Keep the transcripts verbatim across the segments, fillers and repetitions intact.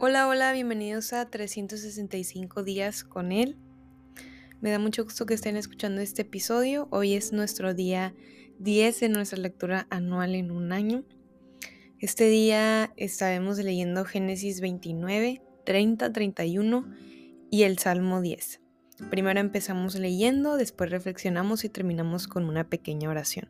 Hola, hola, bienvenidos a trescientos sesenta y cinco días con él. Me da mucho gusto que estén escuchando este episodio. Hoy es nuestro día diez de nuestra lectura anual en un año. Este día estaremos leyendo Génesis veintinueve, treinta, treinta y uno y el Salmo diez. Primero empezamos leyendo, después reflexionamos y terminamos con una pequeña oración.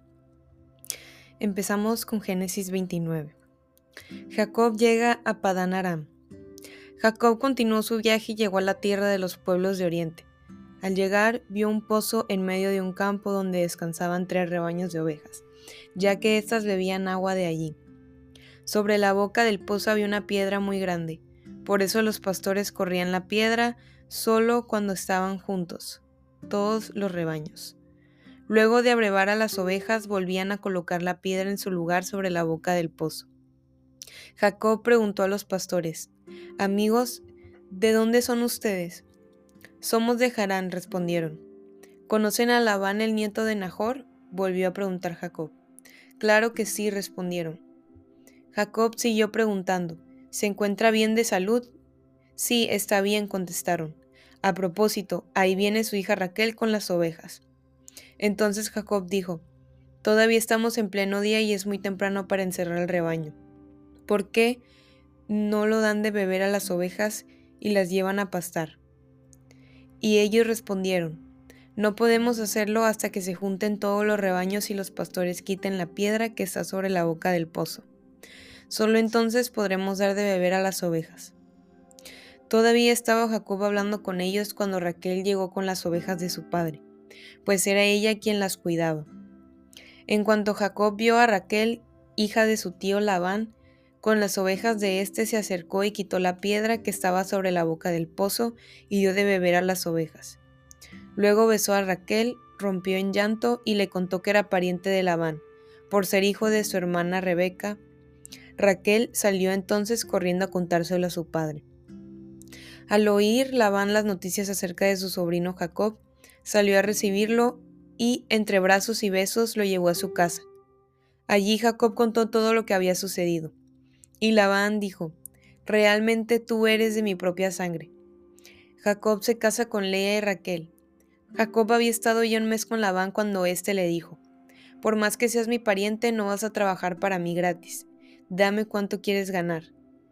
Empezamos con Génesis veintinueve. Jacob llega a Padán Aram. Jacob continuó su viaje y llegó a la tierra de los pueblos de Oriente. Al llegar, vio un pozo en medio de un campo donde descansaban tres rebaños de ovejas, ya que éstas bebían agua de allí. Sobre la boca del pozo había una piedra muy grande, por eso los pastores corrían la piedra solo cuando estaban juntos, todos los rebaños. Luego de abrevar a las ovejas, volvían a colocar la piedra en su lugar sobre la boca del pozo. Jacob preguntó a los pastores: «Amigos, ¿de dónde son ustedes?» «Somos de Harán», respondieron. «¿Conocen a Labán, el nieto de Nahor?», volvió a preguntar Jacob. «Claro que sí», respondieron. Jacob siguió preguntando: «¿Se encuentra bien de salud?». «Sí, está bien», contestaron. «A propósito, ahí viene su hija Raquel con las ovejas». Entonces Jacob dijo: «Todavía estamos en pleno día y es muy temprano para encerrar el rebaño. ¿Por qué no lo dan de beber a las ovejas y las llevan a pastar?». Y ellos respondieron: «No podemos hacerlo hasta que se junten todos los rebaños y los pastores quiten la piedra que está sobre la boca del pozo. Solo entonces podremos dar de beber a las ovejas». Todavía estaba Jacob hablando con ellos cuando Raquel llegó con las ovejas de su padre, pues era ella quien las cuidaba. En cuanto Jacob vio a Raquel, hija de su tío Labán, con las ovejas de éste, se acercó y quitó la piedra que estaba sobre la boca del pozo y dio de beber a las ovejas. Luego besó a Raquel, rompió en llanto y le contó que era pariente de Labán, por ser hijo de su hermana Rebeca. Raquel salió entonces corriendo a contárselo a su padre. Al oír Labán las noticias acerca de su sobrino Jacob, salió a recibirlo y, entre brazos y besos, lo llevó a su casa. Allí Jacob contó todo lo que había sucedido. Y Labán dijo: «Realmente tú eres de mi propia sangre». Jacob se casa con Lea y Raquel. Jacob había estado ya un mes con Labán cuando éste le dijo: «Por más que seas mi pariente, no vas a trabajar para mí gratis. Dame cuánto quieres ganar».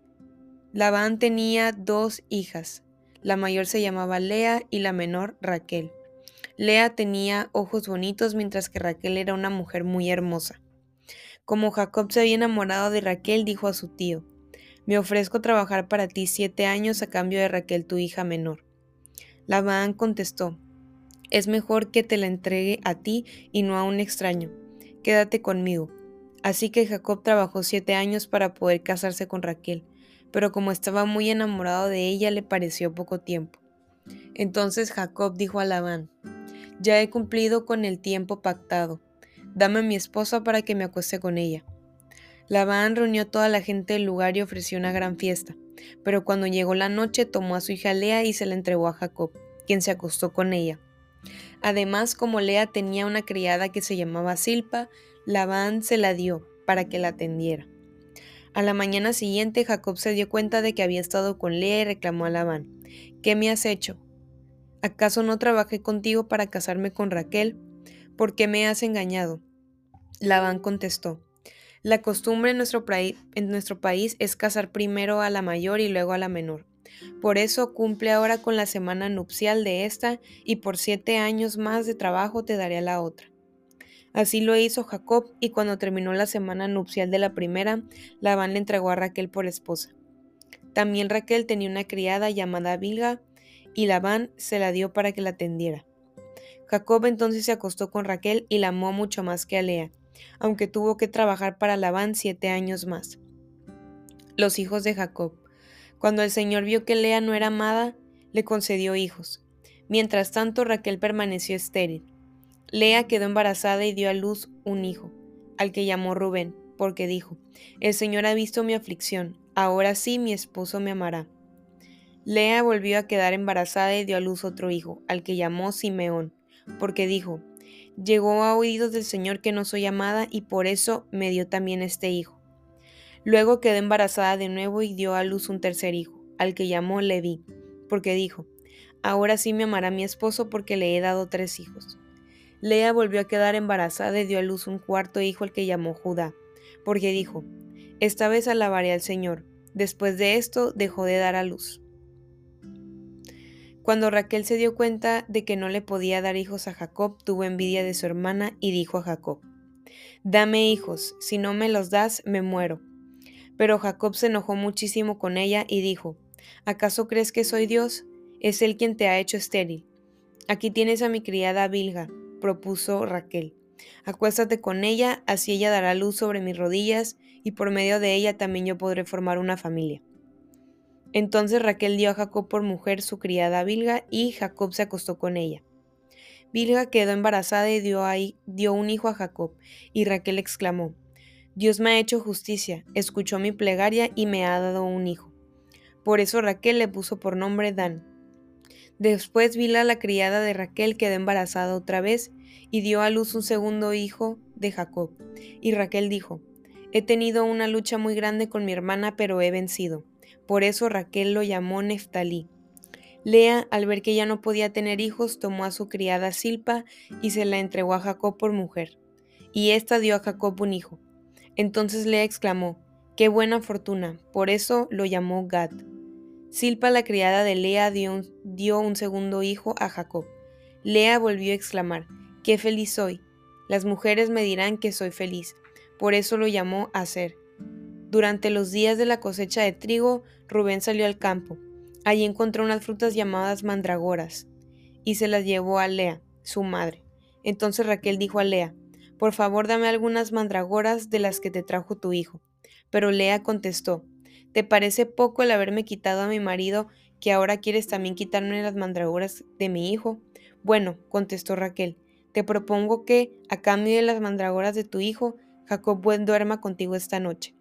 Labán tenía dos hijas. La mayor se llamaba Lea y la menor Raquel. Lea tenía ojos bonitos, mientras que Raquel era una mujer muy hermosa. Como Jacob se había enamorado de Raquel, dijo a su tío: «Me ofrezco trabajar para ti siete años a cambio de Raquel, tu hija menor». Labán contestó: «Es mejor que te la entregue a ti y no a un extraño. Quédate conmigo». Así que Jacob trabajó siete años para poder casarse con Raquel, pero como estaba muy enamorado de ella, le pareció poco tiempo. Entonces Jacob dijo a Labán: «Ya he cumplido con el tiempo pactado. Dame a mi esposa para que me acueste con ella». Labán reunió a toda la gente del lugar y ofreció una gran fiesta, pero cuando llegó la noche tomó a su hija Lea y se la entregó a Jacob, quien se acostó con ella. Además, como Lea tenía una criada que se llamaba Silpa, Labán se la dio para que la atendiera. A la mañana siguiente, Jacob se dio cuenta de que había estado con Lea y reclamó a Labán: «¿Qué me has hecho? ¿Acaso no trabajé contigo para casarme con Raquel? ¿Por qué me has engañado?». Labán contestó: «La costumbre en nuestro, en nuestro país es casar primero a la mayor y luego a la menor. Por eso cumple ahora con la semana nupcial de esta, y por siete años más de trabajo te daré a la otra». Así lo hizo Jacob, y cuando terminó la semana nupcial de la primera, Labán le entregó a Raquel por esposa. También Raquel tenía una criada llamada Bilga, y Labán se la dio para que la atendiera. Jacob entonces se acostó con Raquel y la amó mucho más que a Lea, aunque tuvo que trabajar para Labán siete años más. Los hijos de Jacob. Cuando el Señor vio que Lea no era amada, le concedió hijos. Mientras tanto, Raquel permaneció estéril. Lea quedó embarazada y dio a luz un hijo, al que llamó Rubén, porque dijo: «El Señor ha visto mi aflicción, ahora sí mi esposo me amará». Lea volvió a quedar embarazada y dio a luz otro hijo, al que llamó Simeón, porque dijo: «Llegó a oídos del Señor que no soy amada, y por eso me dio también este hijo». Luego quedó embarazada de nuevo y dio a luz un tercer hijo, al que llamó Leví, porque dijo: ahora sí me amará mi esposo porque le he dado tres hijos. Lea volvió a quedar embarazada y dio a luz un cuarto hijo al que llamó Judá, porque dijo: esta vez alabaré al Señor. Después de esto dejó de dar a luz. Cuando Raquel se dio cuenta de que no le podía dar hijos a Jacob, tuvo envidia de su hermana y dijo a Jacob: dame hijos, si no me los das, me muero. Pero Jacob se enojó muchísimo con ella y dijo: ¿acaso crees que soy Dios? Es él quien te ha hecho estéril. Aquí tienes a mi criada Bilga, propuso Raquel. Acuéstate con ella, así ella dará luz sobre mis rodillas, y por medio de ella también yo podré formar una familia. Entonces Raquel dio a Jacob por mujer su criada Bilga, y Jacob se acostó con ella. Bilga quedó embarazada y dio, ahí, dio un hijo a Jacob, y Raquel exclamó: Dios me ha hecho justicia, escuchó mi plegaria y me ha dado un hijo. Por eso Raquel le puso por nombre Dan. Después Bilha, la criada de Raquel, quedó embarazada otra vez y dio a luz un segundo hijo de Jacob. Y Raquel dijo: he tenido una lucha muy grande con mi hermana, pero he vencido. Por eso Raquel lo llamó Neftalí. Lea, al ver que ya no podía tener hijos, tomó a su criada Silpa y se la entregó a Jacob por mujer. Y ésta dio a Jacob un hijo. Entonces Lea exclamó: ¡qué buena fortuna! Por eso lo llamó Gad. Silpa, la criada de Lea, dio un, dio un segundo hijo a Jacob. Lea volvió a exclamar: ¡qué feliz soy! Las mujeres me dirán que soy feliz. Por eso lo llamó Aser. Durante los días de la cosecha de trigo, Rubén salió al campo. Allí encontró unas frutas llamadas mandragoras y se las llevó a Lea, su madre. Entonces Raquel dijo a Lea: por favor, dame algunas mandragoras de las que te trajo tu hijo. Pero Lea contestó: ¿te parece poco el haberme quitado a mi marido, que ahora quieres también quitarme las mandragoras de mi hijo? Bueno, contestó Raquel, te propongo que, a cambio de las mandragoras de tu hijo, Jacob buen duerma contigo esta noche.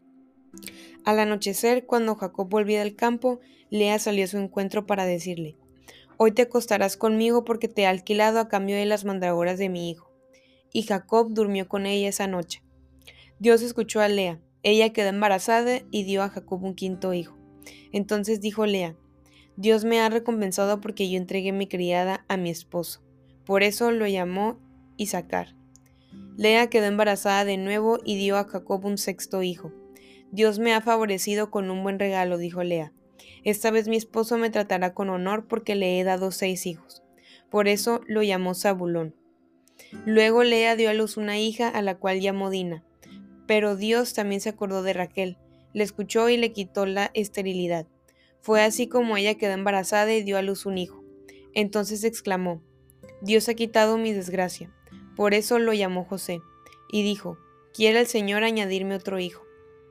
Al anochecer, cuando Jacob volvía del campo, Lea salió a su encuentro para decirle: hoy te acostarás conmigo porque te he alquilado a cambio de las mandragoras de mi hijo. Y Jacob durmió con ella esa noche. Dios escuchó a Lea. Ella quedó embarazada y dio a Jacob un quinto hijo. Entonces dijo Lea: Dios me ha recompensado porque yo entregué mi criada a mi esposo. Por eso lo llamó Isacar. Lea quedó embarazada de nuevo y dio a Jacob un sexto hijo. Dios me ha favorecido con un buen regalo, dijo Lea. Esta vez mi esposo me tratará con honor porque le he dado seis hijos. Por eso lo llamó Zabulón. Luego Lea dio a luz una hija a la cual llamó Dina. Pero Dios también se acordó de Raquel, le escuchó y le quitó la esterilidad. Fue así como ella quedó embarazada y dio a luz un hijo. Entonces exclamó: Dios ha quitado mi desgracia. Por eso lo llamó José. Y dijo: quiere el Señor añadirme otro hijo.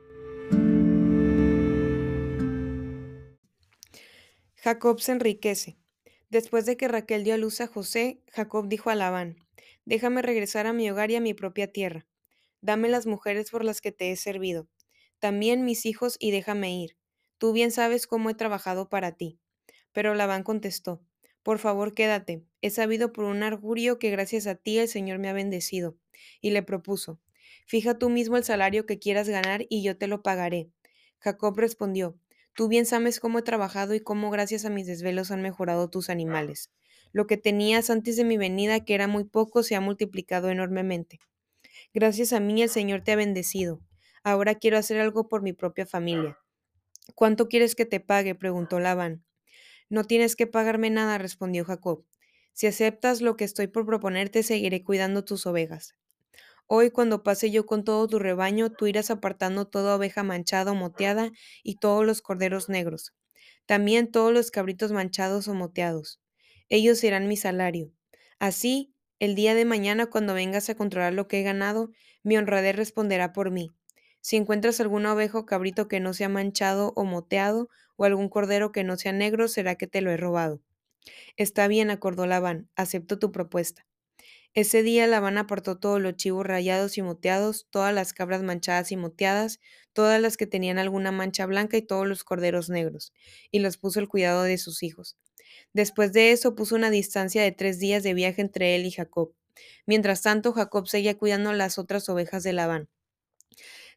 Jacob se enriquece. Después de que Raquel dio a luz a José, Jacob dijo a Labán: déjame regresar a mi hogar y a mi propia tierra. Dame las mujeres por las que te he servido, también mis hijos, y déjame ir. Tú bien sabes cómo he trabajado para ti. Pero Labán contestó: por favor, quédate. He sabido por un augurio que gracias a ti el Señor me ha bendecido. Y le propuso: fija tú mismo el salario que quieras ganar y yo te lo pagaré. Jacob respondió: tú bien sabes cómo he trabajado y cómo gracias a mis desvelos han mejorado tus animales. Lo que tenías antes de mi venida, que era muy poco, se ha multiplicado enormemente. Gracias a mí el Señor te ha bendecido. Ahora quiero hacer algo por mi propia familia. ¿Cuánto quieres que te pague?, preguntó Labán. No tienes que pagarme nada, respondió Jacob. Si aceptas lo que estoy por proponerte, seguiré cuidando tus ovejas. Hoy, cuando pase yo con todo tu rebaño, tú irás apartando toda oveja manchada o moteada y todos los corderos negros. También todos los cabritos manchados o moteados. Ellos serán mi salario. Así, el día de mañana, cuando vengas a controlar lo que he ganado, mi honradez responderá por mí. Si encuentras alguna oveja o cabrito que no sea manchado o moteado, o algún cordero que no sea negro, será que te lo he robado. Está bien, acordó Labán, acepto tu propuesta. Ese día Labán apartó todos los chivos rayados y moteados, todas las cabras manchadas y moteadas, todas las que tenían alguna mancha blanca y todos los corderos negros, y los puso al cuidado de sus hijos. Después de eso puso una distancia de tres días de viaje entre él y Jacob. Mientras tanto, Jacob seguía cuidando las otras ovejas de Labán.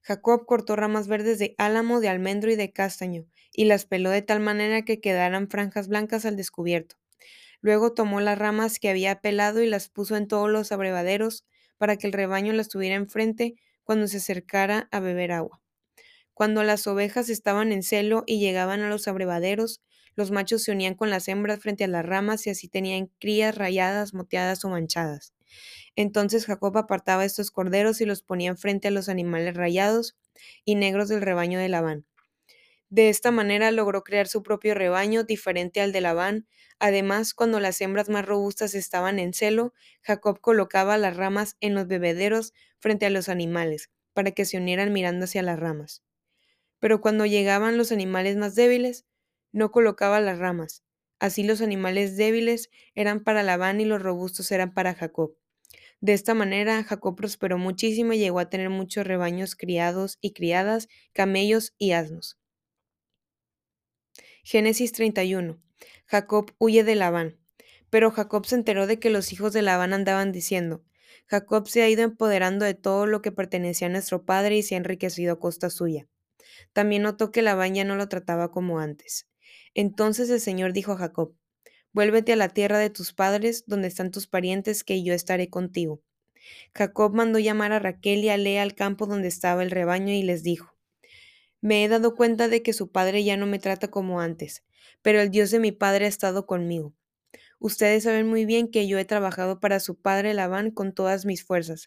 Jacob cortó ramas verdes de álamo, de almendro y de castaño, y las peló de tal manera que quedaran franjas blancas al descubierto. Luego tomó las ramas que había pelado y las puso en todos los abrevaderos para que el rebaño las tuviera enfrente cuando se acercara a beber agua. Cuando las ovejas estaban en celo y llegaban a los abrevaderos, los machos se unían con las hembras frente a las ramas y así tenían crías rayadas, moteadas o manchadas. Entonces Jacob apartaba estos corderos y los ponía frente a los animales rayados y negros del rebaño de Labán. De esta manera logró crear su propio rebaño diferente al de Labán. Además, cuando las hembras más robustas estaban en celo, Jacob colocaba las ramas en los bebederos frente a los animales, para que se unieran mirando hacia las ramas. Pero cuando llegaban los animales más débiles, no colocaba las ramas. Así los animales débiles eran para Labán y los robustos eran para Jacob. De esta manera, Jacob prosperó muchísimo y llegó a tener muchos rebaños criados y criadas, camellos y asnos. Génesis treinta y uno. Jacob huye de Labán. Pero Jacob se enteró de que los hijos de Labán andaban diciendo: Jacob se ha ido empoderando de todo lo que pertenecía a nuestro padre y se ha enriquecido a costa suya. También notó que Labán ya no lo trataba como antes. Entonces el Señor dijo a Jacob: Vuélvete a la tierra de tus padres, donde están tus parientes, que yo estaré contigo. Jacob mandó llamar a Raquel y a Lea al campo donde estaba el rebaño y les dijo: Me he dado cuenta de que su padre ya no me trata como antes, pero el Dios de mi padre ha estado conmigo. Ustedes saben muy bien que yo he trabajado para su padre Labán con todas mis fuerzas.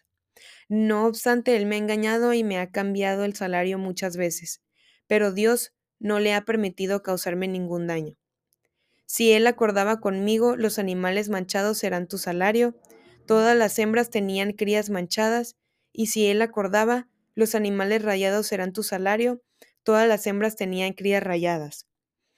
No obstante, él me ha engañado y me ha cambiado el salario muchas veces, pero Dios no le ha permitido causarme ningún daño. Si él acordaba conmigo, los animales manchados serán tu salario, todas las hembras tenían crías manchadas, y si él acordaba, los animales rayados serán tu salario, todas las hembras tenían crías rayadas.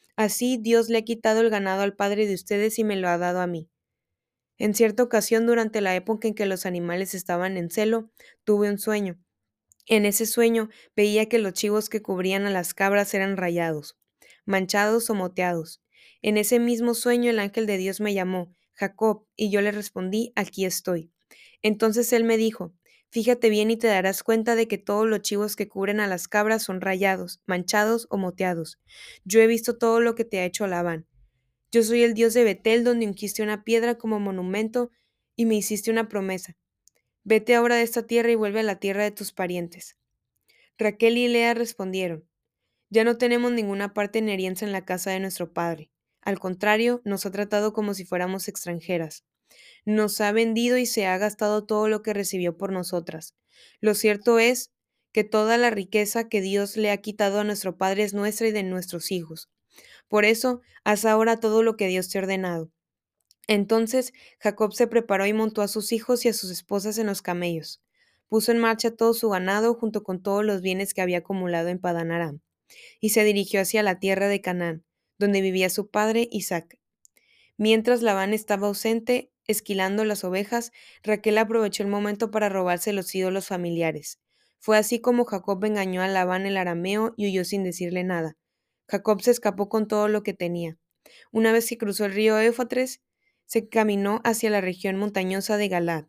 Así Dios le ha quitado el ganado al padre de ustedes y me lo ha dado a mí. En cierta ocasión, durante la época en que los animales estaban en celo, tuve un sueño. En ese sueño veía que los chivos que cubrían a las cabras eran rayados, manchados o moteados. En ese mismo sueño el ángel de Dios me llamó, Jacob, y yo le respondí, aquí estoy. Entonces él me dijo, fíjate bien y te darás cuenta de que todos los chivos que cubren a las cabras son rayados, manchados o moteados. Yo he visto todo lo que te ha hecho Labán. Yo soy el Dios de Betel, donde ungiste una piedra como monumento y me hiciste una promesa. Vete ahora de esta tierra y vuelve a la tierra de tus parientes. Raquel y Lea respondieron, ya no tenemos ninguna parte en herencia en la casa de nuestro padre. Al contrario, nos ha tratado como si fuéramos extranjeras. Nos ha vendido y se ha gastado todo lo que recibió por nosotras. Lo cierto es que toda la riqueza que Dios le ha quitado a nuestro padre es nuestra y de nuestros hijos. Por eso, haz ahora todo lo que Dios te ha ordenado. Entonces Jacob se preparó y montó a sus hijos y a sus esposas en los camellos. Puso en marcha todo su ganado junto con todos los bienes que había acumulado en Padán Aram, y se dirigió hacia la tierra de Canaán, donde vivía su padre Isaac. Mientras Labán estaba ausente, esquilando las ovejas, Raquel aprovechó el momento para robarse los ídolos familiares. Fue así como Jacob engañó a Labán el arameo y huyó sin decirle nada. Jacob se escapó con todo lo que tenía. Una vez que cruzó el río Éufrates, se caminó hacia la región montañosa de Galaad.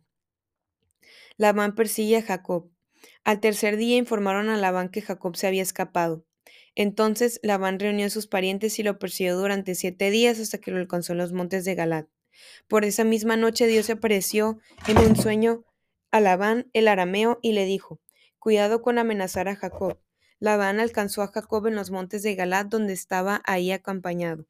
Labán persigue a Jacob. Al tercer día informaron a Labán que Jacob se había escapado. Entonces Labán reunió a sus parientes y lo persiguió durante siete días hasta que lo alcanzó en los montes de Galaad. Por esa misma noche Dios se apareció en un sueño a Labán el arameo y le dijo, cuidado con amenazar a Jacob. Labán alcanzó a Jacob en los montes de Galaad donde estaba ahí acompañado.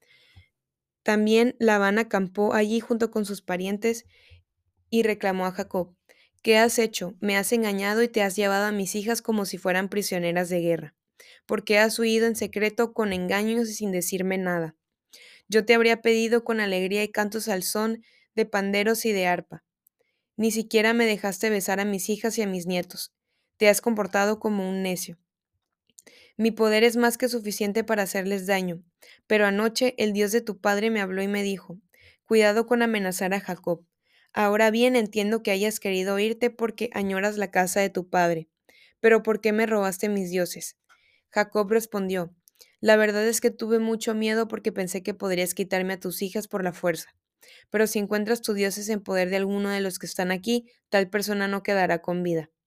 También Labán acampó allí junto con sus parientes y reclamó a Jacob, ¿qué has hecho? Me has engañado y te has llevado a mis hijas como si fueran prisioneras de guerra. ¿Por qué has huido en secreto con engaños y sin decirme nada? Yo te habría pedido con alegría y cantos al son de panderos y de arpa. Ni siquiera me dejaste besar a mis hijas y a mis nietos. Te has comportado como un necio. Mi poder es más que suficiente para hacerles daño, pero anoche el Dios de tu padre me habló y me dijo, cuidado con amenazar a Jacob. Ahora bien entiendo que hayas querido irte porque añoras la casa de tu padre. Pero ¿por qué me robaste mis dioses? Jacob respondió, la verdad es que tuve mucho miedo porque pensé que podrías quitarme a tus hijas por la fuerza. Pero si encuentras tus dioses en poder de alguno de los que están aquí, tal persona no quedará con vida.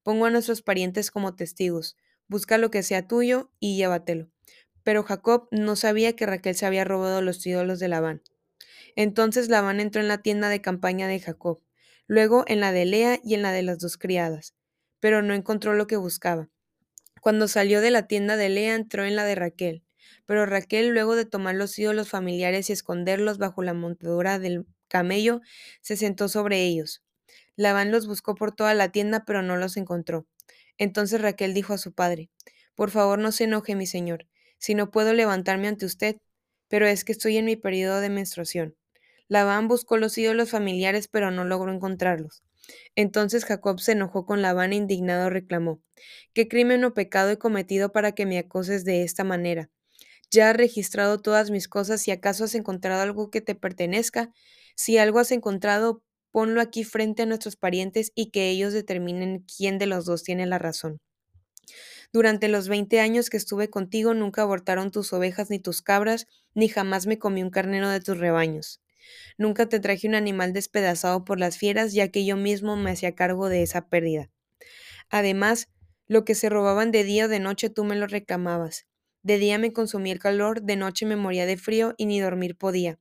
Pongo a nuestros parientes como testigos. Busca lo que sea tuyo y llévatelo. Pero Jacob no sabía que Raquel se había robado los ídolos de Labán. Entonces Labán entró en la tienda de campaña de Jacob, luego en la de Lea y en la de las dos criadas, pero no encontró lo que buscaba. Cuando salió de la tienda de Lea entró en la de Raquel, pero Raquel, luego de tomar los ídolos familiares y esconderlos bajo la montadura del camello, se sentó sobre ellos. Labán los buscó por toda la tienda, pero no los encontró. Entonces Raquel dijo a su padre: Por favor, no se enoje, mi señor, si no puedo levantarme ante usted, pero es que estoy en mi periodo de menstruación. Labán buscó los ídolos familiares, pero no logró encontrarlos. Entonces Jacob se enojó con Labán e indignado reclamó: ¿Qué crimen o pecado he cometido para que me acoses de esta manera? Ya has registrado todas mis cosas, si acaso has encontrado algo que te pertenezca. Si algo has encontrado, ponlo aquí frente a nuestros parientes y que ellos determinen quién de los dos tiene la razón. Durante los veinte años que estuve contigo nunca abortaron tus ovejas ni tus cabras, ni jamás me comí un carnero de tus rebaños. Nunca te traje un animal despedazado por las fieras, ya que yo mismo me hacía cargo de esa pérdida. Además, lo que se robaban de día o de noche tú me lo reclamabas. De día me consumía el calor, de noche me moría de frío y ni dormir podía.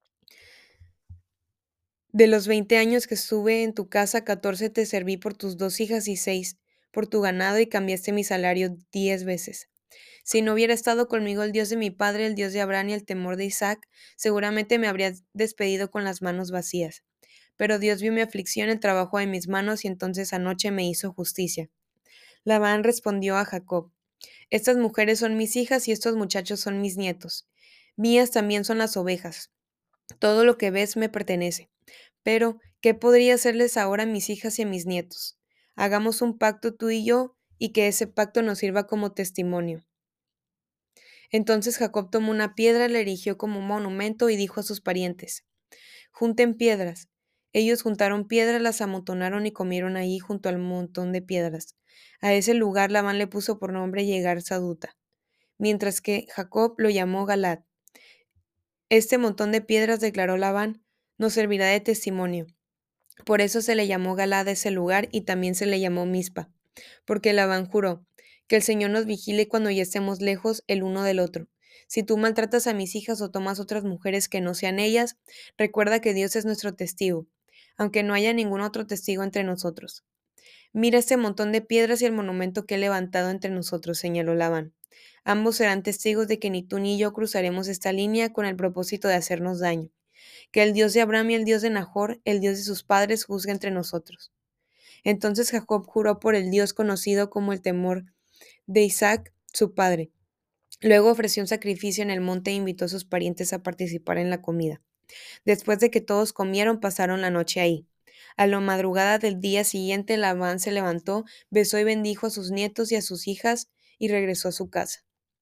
De los veinte años que estuve en tu casa, catorce te serví por tus dos hijas y seis por tu ganado y cambiaste mi salario diez veces. Si no hubiera estado conmigo el Dios de mi padre, el Dios de Abraham y el temor de Isaac, seguramente me habrías despedido con las manos vacías. Pero Dios vio mi aflicción, el trabajo de mis manos, y entonces anoche me hizo justicia. Labán respondió a Jacob: Estas mujeres son mis hijas y estos muchachos son mis nietos. Mías también son las ovejas. Todo lo que ves me pertenece. Pero, ¿qué podría hacerles ahora a mis hijas y a mis nietos? Hagamos un pacto tú y yo, y que ese pacto nos sirva como testimonio. Entonces Jacob tomó una piedra, la erigió como un monumento y dijo a sus parientes: Junten piedras. Ellos juntaron piedras, las amontonaron y comieron ahí junto al montón de piedras. A ese lugar Labán le puso por nombre Yegar Saduta, mientras que Jacob lo llamó Galad. Este montón de piedras, declaró Labán, nos servirá de testimonio. Por eso se le llamó Galad a ese lugar y también se le llamó Mizpa, porque Labán juró: Que el Señor nos vigile cuando ya estemos lejos el uno del otro. Si tú maltratas a mis hijas o tomas otras mujeres que no sean ellas, recuerda que Dios es nuestro testigo, aunque no haya ningún otro testigo entre nosotros. Mira este montón de piedras y el monumento que he levantado entre nosotros, señaló Labán. Ambos serán testigos de que ni tú ni yo cruzaremos esta línea con el propósito de hacernos daño. Que el Dios de Abraham y el Dios de Nahor, el Dios de sus padres, juzgue entre nosotros. Entonces Jacob juró por el Dios conocido como el temor de Isaac, su padre. Luego ofreció un sacrificio en el monte e invitó a sus parientes a participar en la comida. Después de que todos comieron, pasaron la noche ahí. A la madrugada del día siguiente, Labán se levantó, besó y bendijo a sus nietos y a sus hijas y regresó a su casa.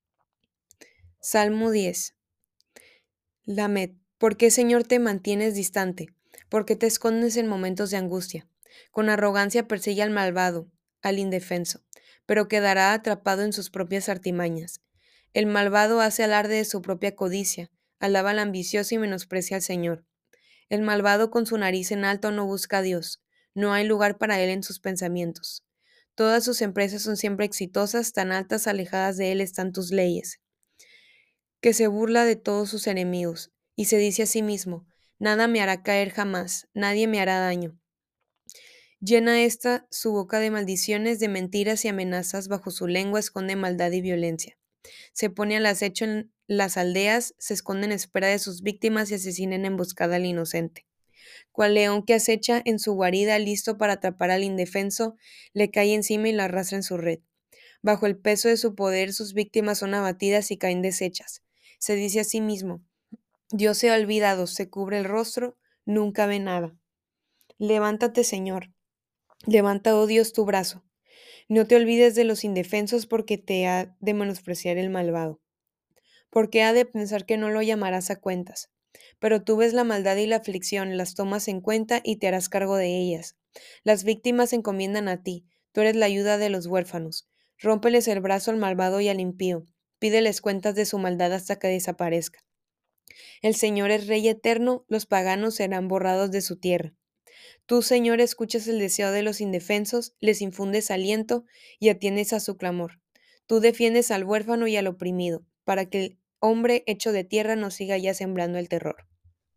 Salmo diez. Lamed, ¿por qué, Señor, te mantienes distante? ¿Por qué te escondes en momentos de angustia? Con arrogancia persigue al malvado, al indefenso, pero quedará atrapado en sus propias artimañas. El malvado hace alarde de su propia codicia, alaba al ambicioso y menosprecia al Señor. El malvado con su nariz en alto no busca a Dios, no hay lugar para él en sus pensamientos. Todas sus empresas son siempre exitosas, tan altas alejadas de él están tus leyes. Que se burla de todos sus enemigos, y se dice a sí mismo: nada me hará caer jamás, nadie me hará daño. Llena esta su boca de maldiciones, de mentiras y amenazas, bajo su lengua esconde maldad y violencia. Se pone al acecho en las aldeas, se esconde en espera de sus víctimas y asesina en emboscada al inocente. Cual león que acecha en su guarida, listo para atrapar al indefenso, le cae encima y la arrastra en su red. Bajo el peso de su poder, sus víctimas son abatidas y caen deshechas. Se dice a sí mismo: Dios se ha olvidado, se cubre el rostro, nunca ve nada. Levántate, Señor. Levanta, oh Dios, tu brazo. No te olvides de los indefensos, porque te ha de menospreciar el malvado. Porque ha de pensar que no lo llamarás a cuentas. Pero tú ves la maldad y la aflicción, las tomas en cuenta y te harás cargo de ellas. Las víctimas se encomiendan a ti, tú eres la ayuda de los huérfanos. Rómpeles el brazo al malvado y al impío, pídeles cuentas de su maldad hasta que desaparezca. El Señor es Rey eterno, los paganos serán borrados de su tierra. Tú, Señor, escuchas el deseo de los indefensos, les infundes aliento y atiendes a su clamor. Tú defiendes al huérfano y al oprimido, para que el hombre hecho de tierra no siga ya sembrando el terror.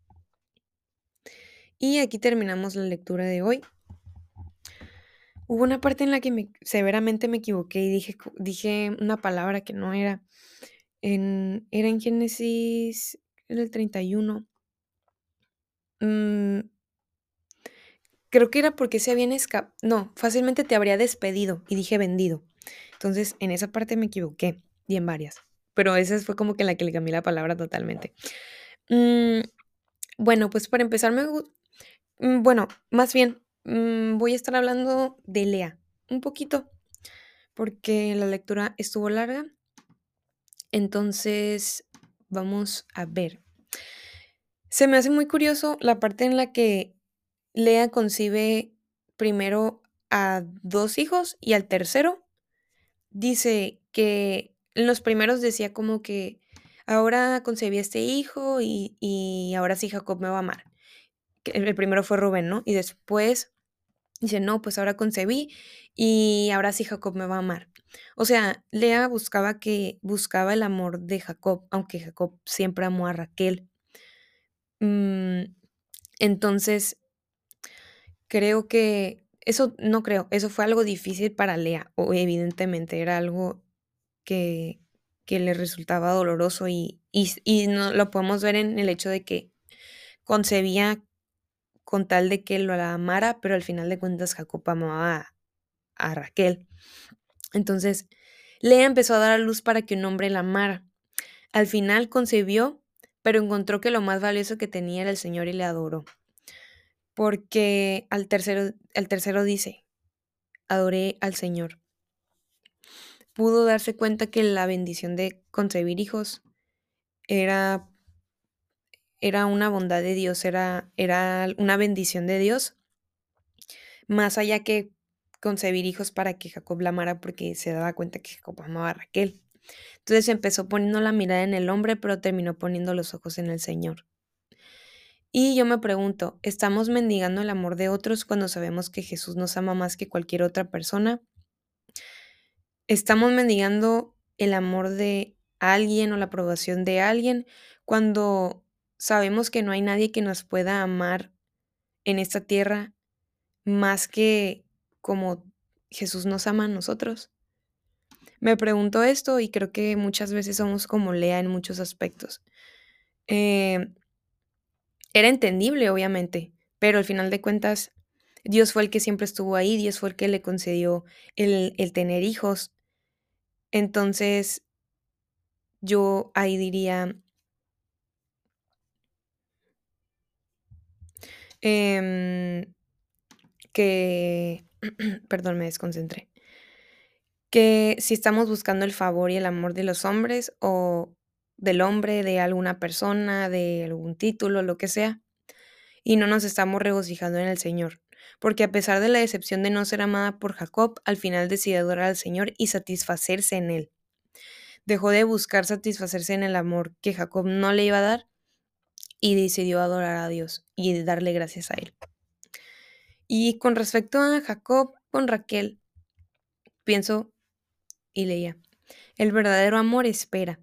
Y aquí terminamos la lectura de hoy. Hubo una parte en la que me, severamente me equivoqué y dije, dije una palabra que no era. En, era en Génesis, era el treinta y uno. Mm, creo que era porque se habían escapado. No, fácilmente te habría despedido y dije vendido. Entonces, en esa parte me equivoqué y en varias. Pero esa fue como que la que le cambié la palabra totalmente. Mm, bueno, pues para empezar, me, gu- mm, bueno, más bien, mm, voy a estar hablando de Lea un poquito, porque la lectura estuvo larga. Entonces, vamos a ver. Se me hace muy curioso la parte en la que Lea concibe primero a dos hijos y al tercero dice que en los primeros decía como que ahora concebí este hijo y, y ahora sí Jacob me va a amar. Que el primero fue Rubén, ¿no? Y después dice, no, pues ahora concebí y ahora sí Jacob me va a amar. O sea, Lea buscaba que buscaba el amor de Jacob, aunque Jacob siempre amó a Raquel. Mm, entonces, creo que eso, no creo, eso fue algo difícil para Lea, o evidentemente era algo que, que le resultaba doloroso y, y, y no, lo podemos ver en el hecho de que concebía con tal de que lo la amara, pero al final de cuentas Jacob amaba a, a Raquel. Entonces, Lea empezó a dar a luz para que un hombre la amara. Al final concebió, pero encontró que lo más valioso que tenía era el Señor y le adoró. Porque al tercero, el tercero dice, adoré al Señor. Pudo darse cuenta que la bendición de concebir hijos era, era una bondad de Dios, era, era una bendición de Dios, más allá que concebir hijos para que Jacob la amara porque se daba cuenta que Jacob amaba a Raquel. Entonces empezó poniendo la mirada en el hombre, pero terminó poniendo los ojos en el Señor. Y yo me pregunto, ¿estamos mendigando el amor de otros cuando sabemos que Jesús nos ama más que cualquier otra persona? ¿Estamos mendigando el amor de alguien o la aprobación de alguien cuando sabemos que no hay nadie que nos pueda amar en esta tierra más que como Jesús nos ama a nosotros? Me pregunto esto y creo que muchas veces somos como Lea en muchos aspectos. Eh, Era entendible, obviamente, pero al final de cuentas, Dios fue el que siempre estuvo ahí, Dios fue el que le concedió el, el tener hijos. Entonces, yo ahí diría, em, que, perdón, me desconcentré, que si estamos buscando el favor y el amor de los hombres o del hombre, de alguna persona, de algún título, lo que sea, y no nos estamos regocijando en el Señor. Porque a pesar de la decepción de no ser amada por Jacob, al final decidió adorar al Señor y satisfacerse en él. Dejó de buscar satisfacerse en el amor que Jacob no le iba a dar y decidió adorar a Dios y darle gracias a él. Y con respecto a Jacob con Raquel, pienso y leía, el verdadero amor espera.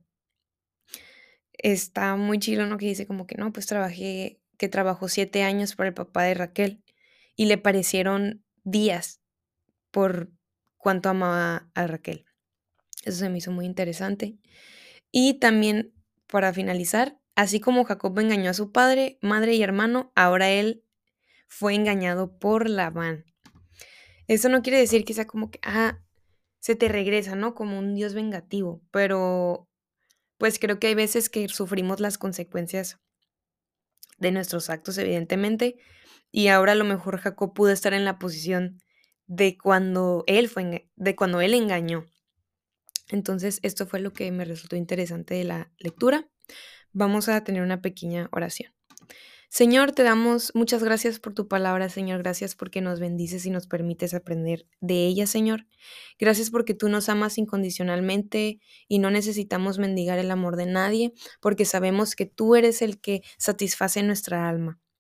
Está muy chido, ¿no? Que dice como que no, pues trabajé, que trabajó siete años para el papá de Raquel y le parecieron días por cuánto amaba a Raquel. Eso se me hizo muy interesante. Y también, para finalizar, así como Jacob engañó a su padre, madre y hermano, ahora él fue engañado por Labán. Eso no quiere decir que sea como que, ah, se te regresa, ¿no? Como un Dios vengativo, pero pues creo que hay veces que sufrimos las consecuencias de nuestros actos, evidentemente, y ahora a lo mejor Jacob pudo estar en la posición de cuando él fue, de cuando él engañó. Entonces, esto fue lo que me resultó interesante de la lectura. Vamos a tener una pequeña oración. Señor, te damos muchas gracias por tu palabra, Señor. Gracias porque nos bendices y nos permites aprender de ella, Señor. Gracias porque tú nos amas incondicionalmente y no necesitamos mendigar el amor de nadie, porque sabemos que tú eres el que satisface nuestra alma.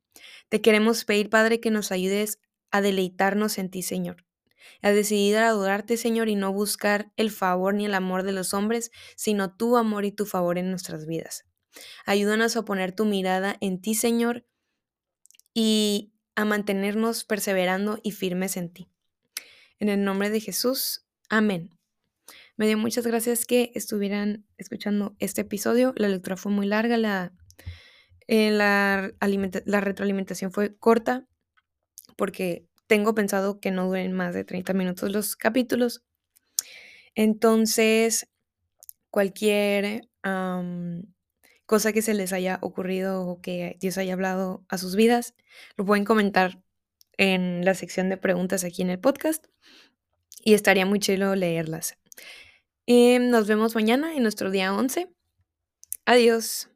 Te queremos pedir, Padre, que nos ayudes a deleitarnos en ti, Señor, a decidir adorarte, Señor, y no buscar el favor ni el amor de los hombres, sino tu amor y tu favor en nuestras vidas. Ayúdanos a poner tu mirada en ti, Señor, y a mantenernos perseverando y firmes en ti. En el nombre de Jesús, amén. Me dio muchas gracias que estuvieran escuchando este episodio. La lectura fue muy larga, la, eh, la, alimenta- la retroalimentación fue corta, porque tengo pensado que no duren más de treinta minutos los capítulos. Entonces, cualquier am, cosa que se les haya ocurrido o que Dios haya hablado a sus vidas, lo pueden comentar en la sección de preguntas aquí en el podcast y estaría muy chido leerlas. Em, nos vemos mañana en nuestro día once. Adiós.